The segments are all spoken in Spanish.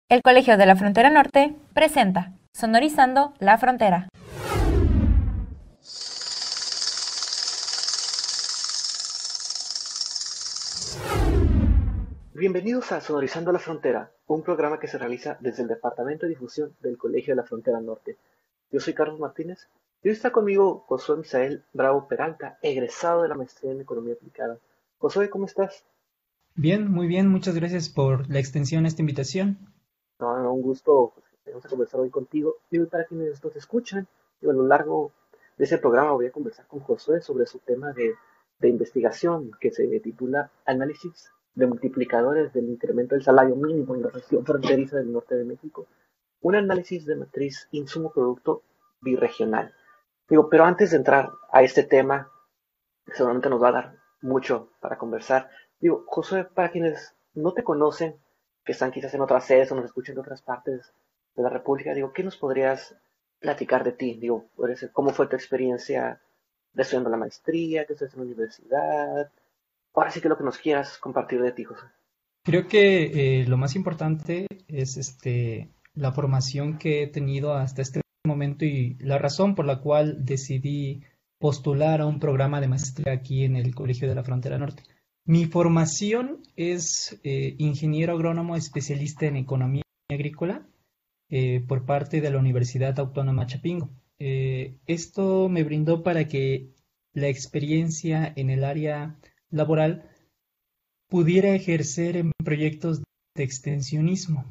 El Colegio de la Frontera Norte presenta Sonorizando la Frontera. Bienvenidos a Sonorizando la Frontera, un programa que se realiza desde el Departamento de Difusión del Colegio de la Frontera Norte. Yo soy Carlos Martínez y hoy está conmigo Josué Misael Bravo Peralta, egresado de la maestría en Economía Aplicada. Josué, ¿cómo estás? Bien, muy bien, muchas gracias por la extensión a esta invitación. No, un gusto pues, que tengamos a conversar hoy contigo. Y para quienes nos escuchan, a lo largo de ese programa voy a conversar con Josué sobre su tema de investigación que se titula Análisis de multiplicadores del incremento del salario mínimo en la región fronteriza del norte de México, un análisis de matriz insumo-producto birregional. Pero antes de entrar a este tema, que seguramente nos va a dar mucho para conversar, Josué, para quienes no te conocen, que están quizás en otras sedes o nos escuchan de otras partes de la República, ¿qué nos podrías platicar de ti? ¿Cómo fue tu experiencia de estudiando la maestría, que estás en la universidad? Ahora sí que lo que nos quieras compartir de ti, José. Creo que lo más importante es la formación que he tenido hasta este momento y la razón por la cual decidí postular a un programa de maestría aquí en el Colegio de la Frontera Norte. Mi formación es ingeniero agrónomo especialista en economía agrícola por parte de la Universidad Autónoma Chapingo. Esto me brindó para que la experiencia en el área laboral pudiera ejercer en proyectos de extensionismo.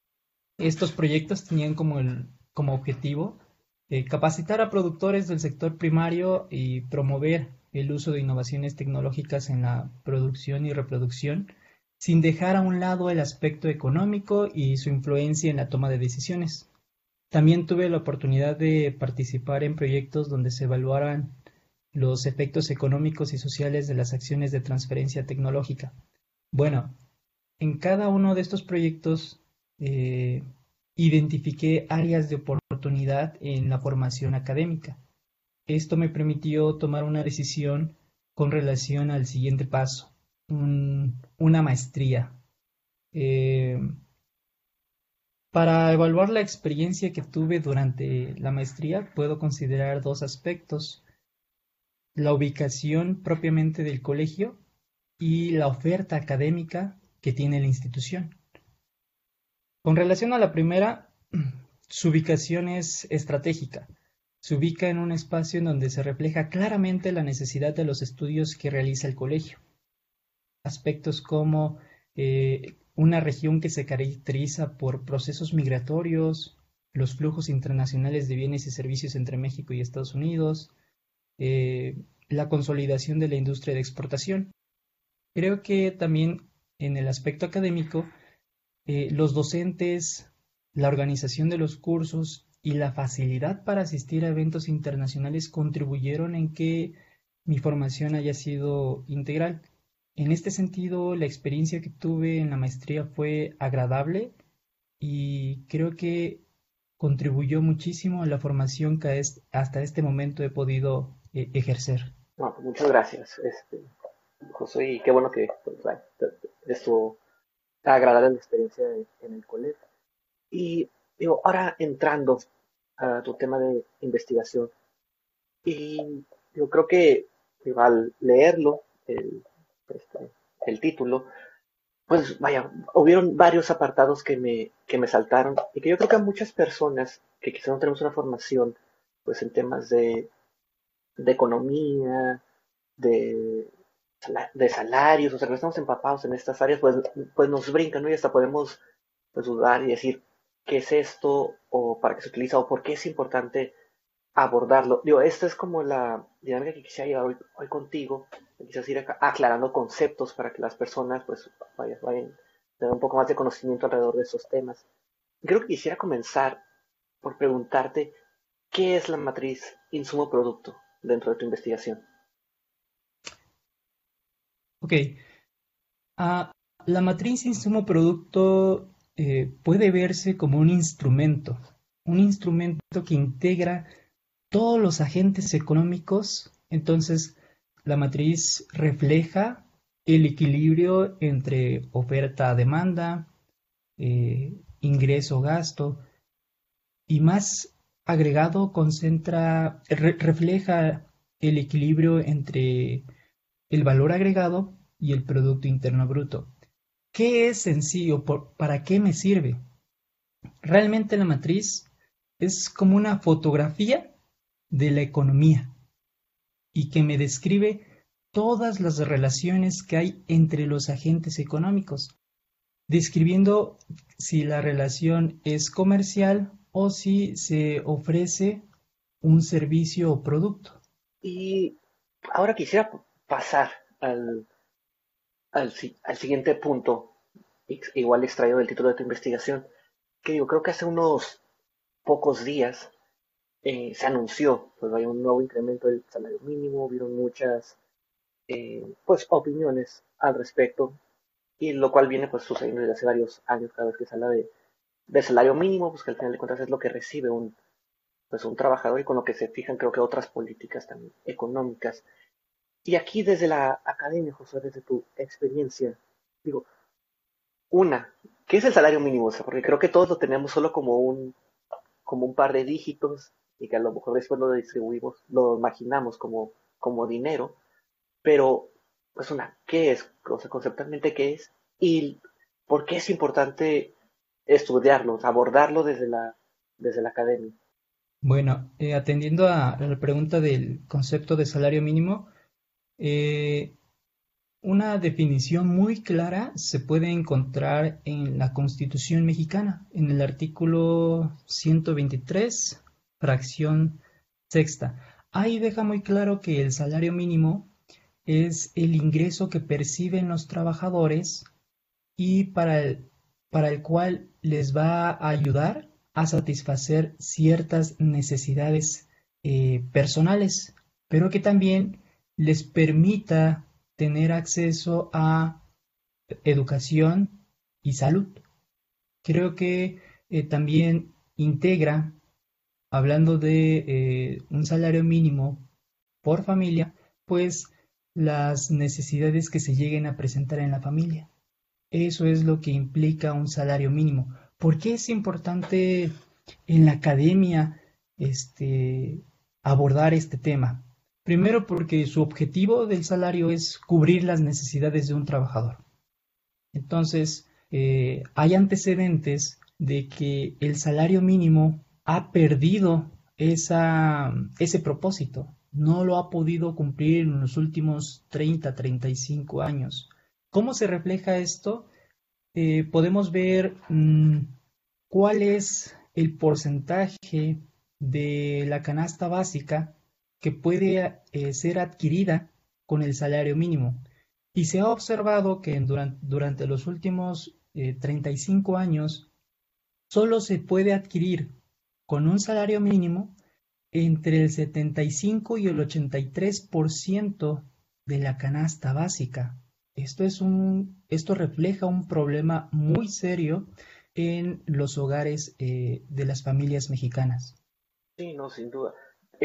Estos proyectos tenían como objetivo capacitar a productores del sector primario y promover el uso de innovaciones tecnológicas en la producción y reproducción, sin dejar a un lado el aspecto económico y su influencia en la toma de decisiones. También tuve la oportunidad de participar en proyectos donde se evaluaran los efectos económicos y sociales de las acciones de transferencia tecnológica. Bueno, en cada uno de estos proyectos eh, identifiqué áreas de oportunidad en la formación académica. Esto me permitió tomar una decisión con relación al siguiente paso, una maestría. Eh, para evaluar la experiencia que tuve durante la maestría, puedo considerar dos aspectos: la ubicación propiamente del colegio y la oferta académica que tiene la institución. Con relación a la primera, su ubicación es estratégica. Se ubica en un espacio en donde se refleja claramente la necesidad de los estudios que realiza el colegio. Aspectos como una región que se caracteriza por procesos migratorios, los flujos internacionales de bienes y servicios entre México y Estados Unidos, la consolidación de la industria de exportación. Creo que también en el aspecto académico, los docentes, la organización de los cursos y la facilidad para asistir a eventos internacionales contribuyeron en que mi formación haya sido integral. En este sentido, la experiencia que tuve en la maestría fue agradable y creo que contribuyó muchísimo a la formación que hasta este momento he podido ejercer. No, pues muchas gracias, José, y qué bueno que pues, bueno, esto agradable la experiencia en el colegio. Y ahora entrando a tu tema de investigación, y yo creo que al leerlo, este, el título, pues vaya, hubieron varios apartados que me saltaron y que yo creo que a muchas personas que quizás no tenemos una formación pues en temas de economía, de, de salarios, o sea, que no estamos empapados en estas áreas, pues nos brincan, ¿no? Y hasta podemos pues, dudar y decir qué es esto o para qué se utiliza o por qué es importante abordarlo. Esta es como la dinámica que quisiera llevar hoy contigo, quizás ir aclarando conceptos para que las personas pues vayan tener un poco más de conocimiento alrededor de esos temas. Creo que quisiera comenzar por preguntarte qué es la matriz insumo-producto dentro de tu investigación. Ok, ah, la matriz insumo-producto puede verse como un instrumento que integra todos los agentes económicos. Entonces, la matriz refleja el equilibrio entre oferta-demanda, ingreso-gasto, y más agregado refleja el equilibrio entre el valor agregado y el Producto Interno Bruto. ¿Qué es en sí o para qué me sirve? Realmente la matriz es como una fotografía de la economía y que me describe todas las relaciones que hay entre los agentes económicos, describiendo si la relación es comercial o si se ofrece un servicio o producto. Y ahora quisiera pasar al, al siguiente punto, igual extraído del título de tu investigación, que yo creo que hace unos pocos días se anunció, pues hay un nuevo incremento del salario mínimo, vieron muchas pues opiniones al respecto, y lo cual viene pues sucediendo desde hace varios años cada vez que se habla de salario mínimo, pues que al final de cuentas es lo que recibe pues un trabajador y con lo que se fijan creo que otras políticas también económicas. Y aquí desde la academia, José, desde tu experiencia, digo, ¿qué es el salario mínimo? O sea, porque creo que todos lo tenemos solo como un par de dígitos y que a lo mejor después lo distribuimos, lo imaginamos como dinero, pero pues ¿qué es? O sea, conceptualmente, ¿qué es? Y por qué es importante estudiarlo, abordarlo desde la academia. Bueno, atendiendo a la pregunta del concepto de salario mínimo, eh, una definición muy clara se puede encontrar en la Constitución mexicana, en el artículo 123, fracción sexta. Ahí deja muy claro que el salario mínimo es el ingreso que perciben los trabajadores y para el cual les va a ayudar a satisfacer ciertas necesidades personales, pero que también les permita tener acceso a educación y salud. Creo que también integra, hablando de un salario mínimo por familia, pues las necesidades que se lleguen a presentar en la familia. Eso es lo que implica un salario mínimo. ¿Por qué es importante en la academia abordar este tema? Primero porque su objetivo del salario es cubrir las necesidades de un trabajador. Entonces, hay antecedentes de que el salario mínimo ha perdido ese propósito. No lo ha podido cumplir en los últimos 35 años. ¿Cómo se refleja esto? Podemos ver cuál es el porcentaje de la canasta básica que puede ser adquirida con el salario mínimo. Y se ha observado que durante los últimos 35 años solo se puede adquirir con un salario mínimo entre el 75 y el 83% de la canasta básica. Esto refleja un problema muy serio en los hogares de las familias mexicanas. Sí, no, sin duda.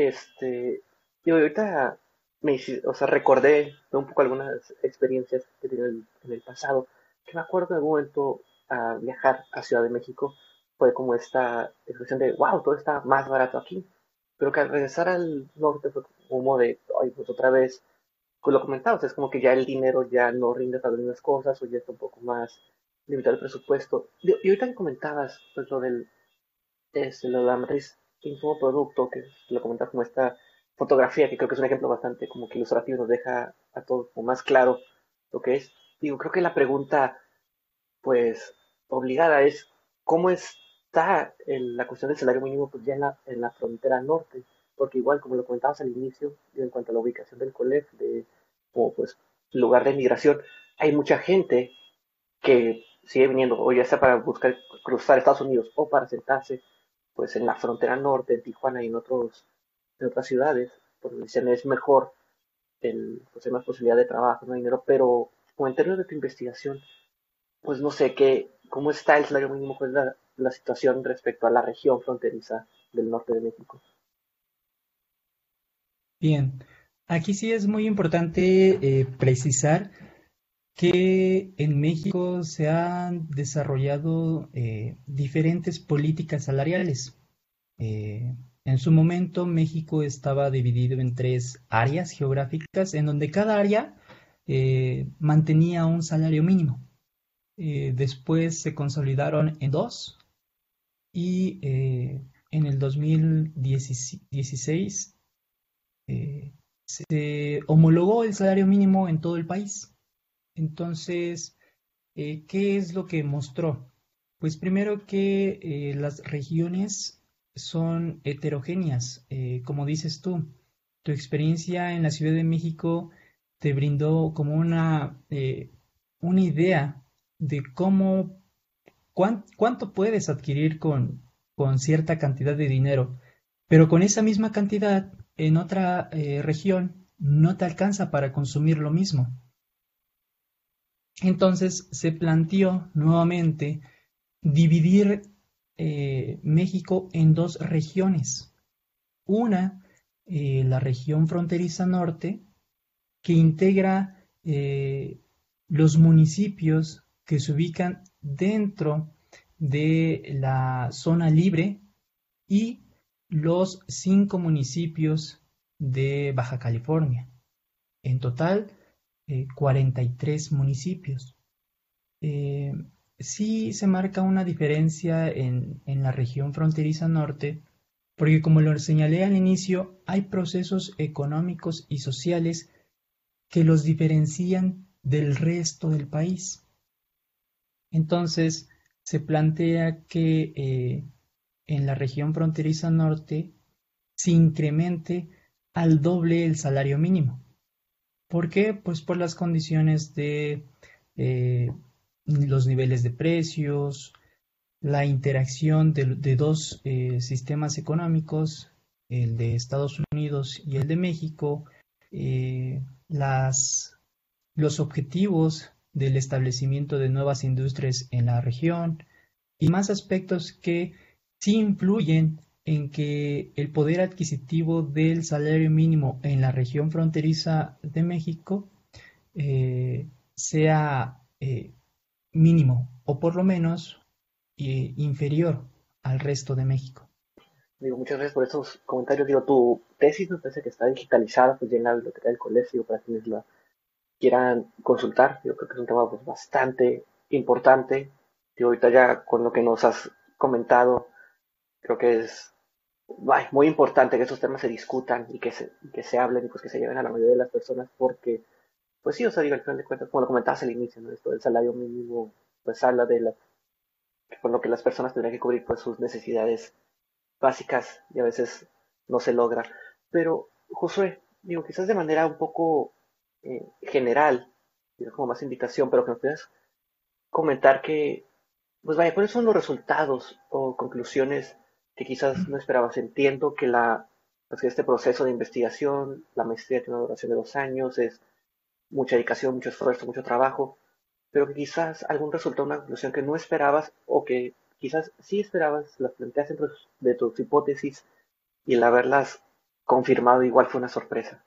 Digo, ahorita o sea, recordé un poco algunas experiencias que he tenido en el pasado, que me acuerdo en algún momento a viajar a Ciudad de México, fue como esta expresión de, wow, todo está más barato aquí, pero que al regresar al norte fue como de, ay, pues otra vez, pues lo comentabas, es como que ya el dinero ya no rinde para las mismas cosas, o ya está un poco más limitado el presupuesto. Y ahorita que comentabas, pues lo de la matriz infoproducto, que lo comentaba como esta fotografía, que creo que es un ejemplo bastante como que ilustrativo, nos deja a todos como más claro lo que es. Digo, creo que la pregunta, pues, obligada es, ¿cómo está la cuestión del salario mínimo pues ya en la frontera norte? Porque igual, como lo comentabas al inicio, en cuanto a la ubicación del COLEF, como pues lugar de migración, hay mucha gente que sigue viniendo, o ya sea para buscar cruzar Estados Unidos o para sentarse pues en la frontera norte, en Tijuana y en otras ciudades, porque dicen es mejor, pues hay más posibilidad de trabajo, no hay dinero, pero como en términos de tu investigación, pues no sé cómo está el salario mínimo, cuál es la situación respecto a la región fronteriza del norte de México. Bien, aquí sí es muy importante precisar que en México se han desarrollado diferentes políticas salariales. En su momento, México estaba dividido en 3 áreas geográficas, en donde cada área mantenía un salario mínimo. Después se consolidaron en 2 y en el 2016 se homologó el salario mínimo en todo el país. Entonces, ¿qué es lo que mostró? Pues primero que las regiones son heterogéneas, como dices tú. Tu experiencia en la Ciudad de México te brindó como una idea de cuánto puedes adquirir con cierta cantidad de dinero, pero con esa misma cantidad en otra región no te alcanza para consumir lo mismo. Entonces se planteó nuevamente dividir México en 2 regiones. Una, la región fronteriza norte, que integra los municipios que se ubican dentro de la zona libre y los 5 municipios de Baja California. En total, 43 municipios. Sí se marca una diferencia en la región fronteriza norte, porque como lo señalé al inicio, hay procesos económicos y sociales que los diferencian del resto del país. Entonces, se plantea que en la región fronteriza norte se incremente al doble el salario mínimo. ¿Por qué? Pues por las condiciones de los niveles de precios, la interacción de 2 sistemas económicos, el de Estados Unidos y el de México, los objetivos del establecimiento de nuevas industrias en la región y más aspectos que sí influyen en que el poder adquisitivo del salario mínimo en la región fronteriza de México sea mínimo o por lo menos inferior al resto de México. Muchas gracias por estos comentarios. Tu tesis me parece que está digitalizada pues ya en la biblioteca del colegio para quienes la quieran consultar. Yo creo que es un tema pues bastante importante. Ahorita ya con lo que nos has comentado, creo que es muy importante que esos temas se discutan y que se hablen y pues que se lleven a la mayoría de las personas porque, pues sí, o sea, digo, al final de cuentas, como lo comentabas al inicio, ¿no? Esto del salario mínimo, pues habla con lo que las personas tendrán que cubrir pues sus necesidades básicas y a veces no se logra. Pero, Josué, quizás de manera un poco general, como más invitación, pero que nos puedas comentar pues vaya, ¿cuáles son los resultados o conclusiones que quizás no esperabas? Entiendo que pues que este proceso de investigación, la maestría tiene una duración de 2 años, es mucha dedicación, mucho esfuerzo, mucho trabajo, pero que quizás algún resultado, una conclusión que no esperabas o que quizás sí esperabas, las planteas dentro de tus hipótesis y el haberlas confirmado igual fue una sorpresa.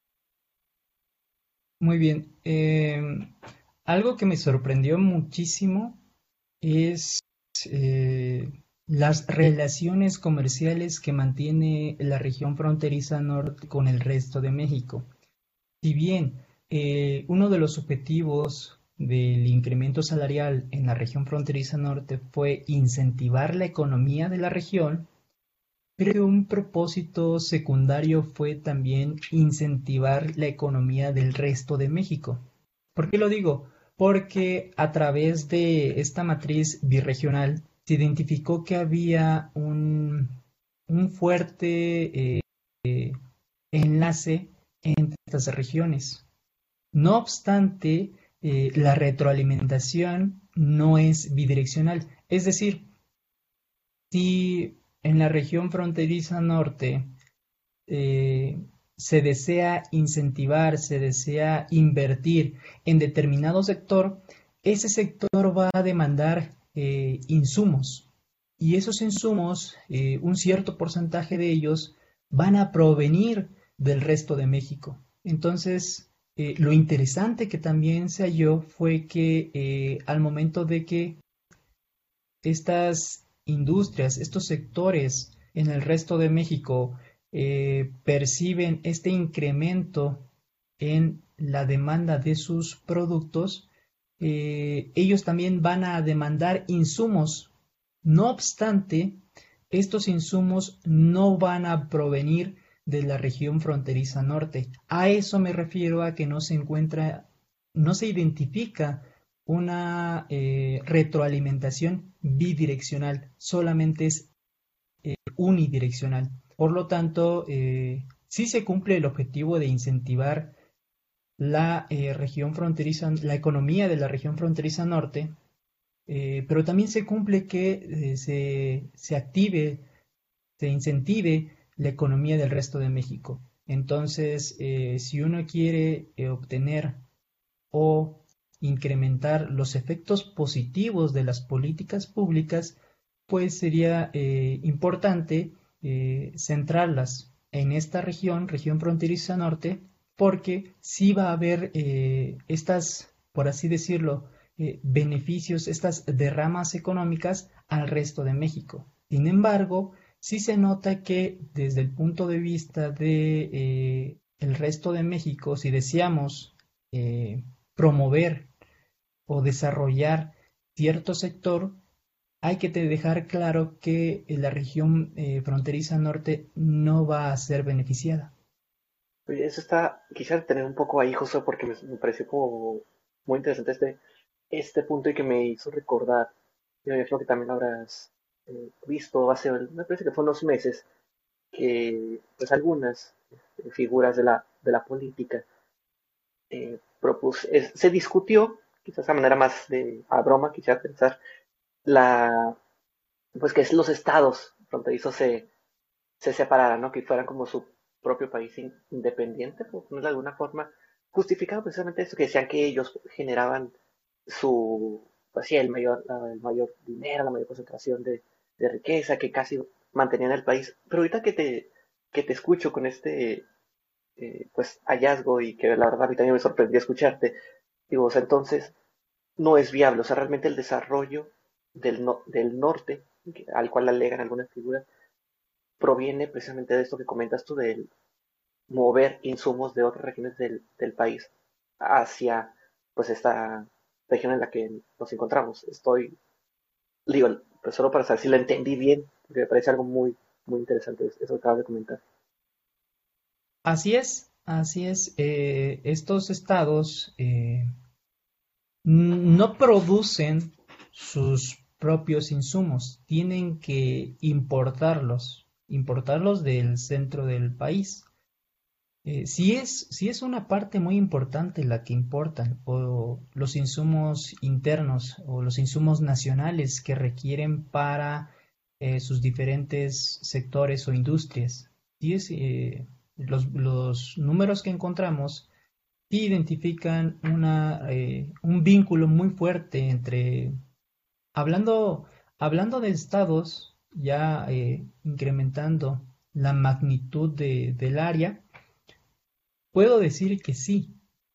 Muy bien. Algo que me sorprendió muchísimo es las relaciones comerciales que mantiene la región fronteriza norte con el resto de México. Si bien uno de los objetivos del incremento salarial en la región fronteriza norte fue incentivar la economía de la región, pero un propósito secundario fue también incentivar la economía del resto de México. ¿Por qué lo digo? Porque a través de esta matriz birregional se identificó que había un fuerte enlace entre estas regiones. No obstante, la retroalimentación no es bidireccional. Es decir, si en la región fronteriza norte se desea incentivar, se desea invertir en determinado sector, ese sector va a demandar insumos y esos insumos, un cierto porcentaje de ellos van a provenir del resto de México. Entonces, Lo interesante que también se halló fue que al momento de que estas industrias, estos sectores en el resto de México perciben este incremento en la demanda de sus productos, ellos también van a demandar insumos. No obstante, estos insumos no van a provenir de la región fronteriza norte. A eso me refiero a que no se encuentra, no se identifica una retroalimentación bidireccional, solamente es unidireccional. Por lo tanto, sí se cumple el objetivo de incentivar la región fronteriza, la economía de la región fronteriza norte, pero también se cumple que se active, se incentive la economía del resto de México. Entonces, si uno quiere obtener o incrementar los efectos positivos de las políticas públicas, pues sería importante centrarlas en esta región, región fronteriza norte, porque sí va a haber estas, por así decirlo, beneficios, estas derramas económicas al resto de México. Sin embargo, sí se nota que desde el punto de vista de el resto de México, si deseamos promover o desarrollar cierto sector, hay que dejar claro que la región fronteriza norte no va a ser beneficiada. Oye, eso está, quisiera tener un poco ahí, José, porque me pareció como muy interesante este punto y que me hizo recordar, yo creo que también lo habrás visto hace, me parece que fue unos meses, que pues algunas figuras de la política se discutió, quizás de manera más de a broma, quisiera pensar, la, pues que los estados fronterizos se separaran, ¿no? Que fueran como su propio país independiente, por ponerlo de alguna forma, justificado precisamente esto, que decían que ellos generaban pues sí, el mayor dinero, la mayor concentración de riqueza, que casi mantenían el país. Pero ahorita que te escucho con pues, hallazgo y que la verdad a mí también me sorprendió escucharte, digo, o sea, entonces no es viable, o sea, realmente el desarrollo del norte, al cual alegan algunas figuras, proviene precisamente de esto que comentas tú, del mover insumos de otras regiones del país hacia pues esta región en la que nos encontramos. Digo, pues solo para saber si la entendí bien, porque me parece algo muy interesante eso que acabas de comentar. Así es. Estos estados no producen sus propios insumos, tienen que importarlos del centro del país. Sí es una parte muy importante la que importan, o los insumos internos o los insumos nacionales que requieren para sus diferentes sectores o industrias. Los números que encontramos sí identifican un vínculo muy fuerte entre, hablando, hablando de estados, ya incrementando la magnitud del área. Puedo decir que sí,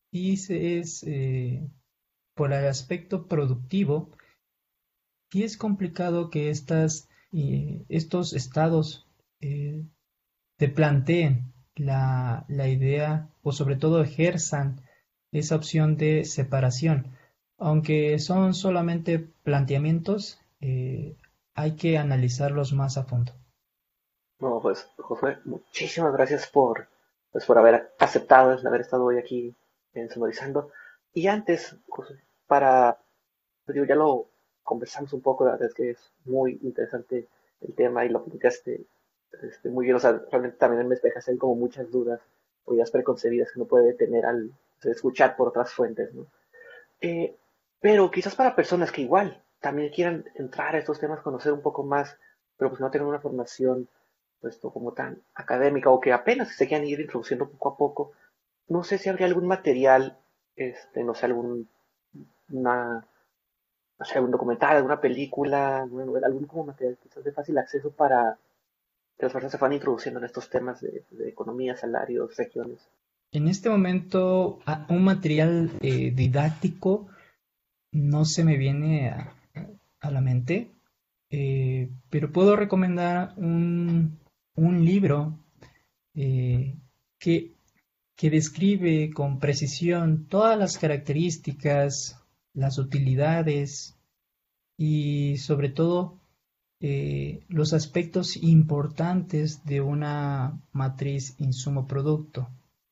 por el aspecto productivo, sí es complicado que estos estados eh, te planteen la idea o sobre todo ejerzan esa opción de separación. Aunque son solamente planteamientos, hay que analizarlos más a fondo. No, pues, Josué, muchísimas gracias pues, por haber aceptado el haber estado hoy aquí en Sonorizando. Y antes, Josué, pues, digo, ya lo conversamos un poco, la verdad es que es muy interesante el tema y lo platicaste muy bien, o sea, realmente también me despejas ahí como muchas dudas o ideas preconcebidas que uno puede tener al escuchar por otras fuentes, ¿no? Eh, pero quizás para personas que igual también quieran entrar a estos temas, conocer un poco más, pero pues no tienen una formación pues como tan académica o que apenas se quieran ir introduciendo poco a poco, no sé si habría algún material, no sé, una, no sé, algún documental, alguna película, alguna novela, algún como material quizás de fácil acceso para que las personas se van introduciendo en estos temas de economía, salarios, regiones. En este momento, un material didáctico no se me viene a la mente, pero puedo recomendar un libro eh, que, que describe con precisión todas las características, las utilidades y sobre todo los aspectos importantes de una matriz insumo-producto.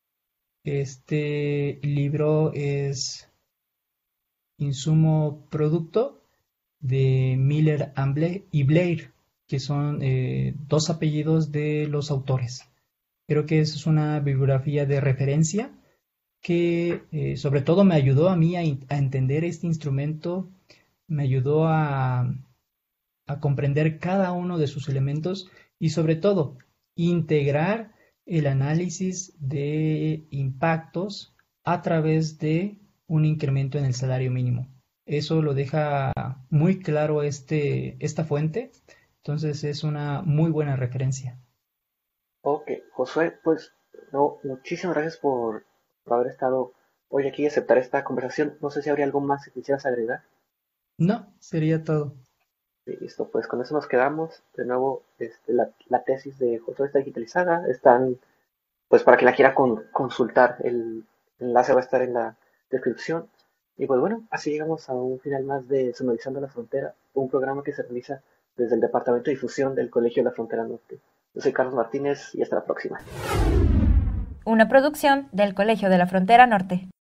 Este libro es Insumo-Producto de Miller y Blair, que son dos apellidos de los autores. Creo que es una bibliografía de referencia que sobre todo me ayudó a mí a entender este instrumento, me ayudó a comprender cada uno de sus elementos y sobre todo integrar el análisis de impactos a través de un incremento en el salario mínimo. Eso lo deja muy claro esta fuente, entonces es una muy buena referencia. Ok, Josué, pues no, muchísimas gracias por haber estado hoy aquí y aceptar esta conversación. No sé si habría algo más que quisieras agregar. No, sería todo. Sí, listo, pues con eso nos quedamos. De nuevo, la tesis de Josué está digitalizada. Están, pues para quien la quiera consultar, el enlace va a estar en la descripción. Y pues bueno, así llegamos a un final más de Sonorizando la Frontera, un programa que se realiza desde el Departamento de Difusión del Colegio de la Frontera Norte. Yo soy Carlos Martínez y hasta la próxima. Una producción del Colegio de la Frontera Norte.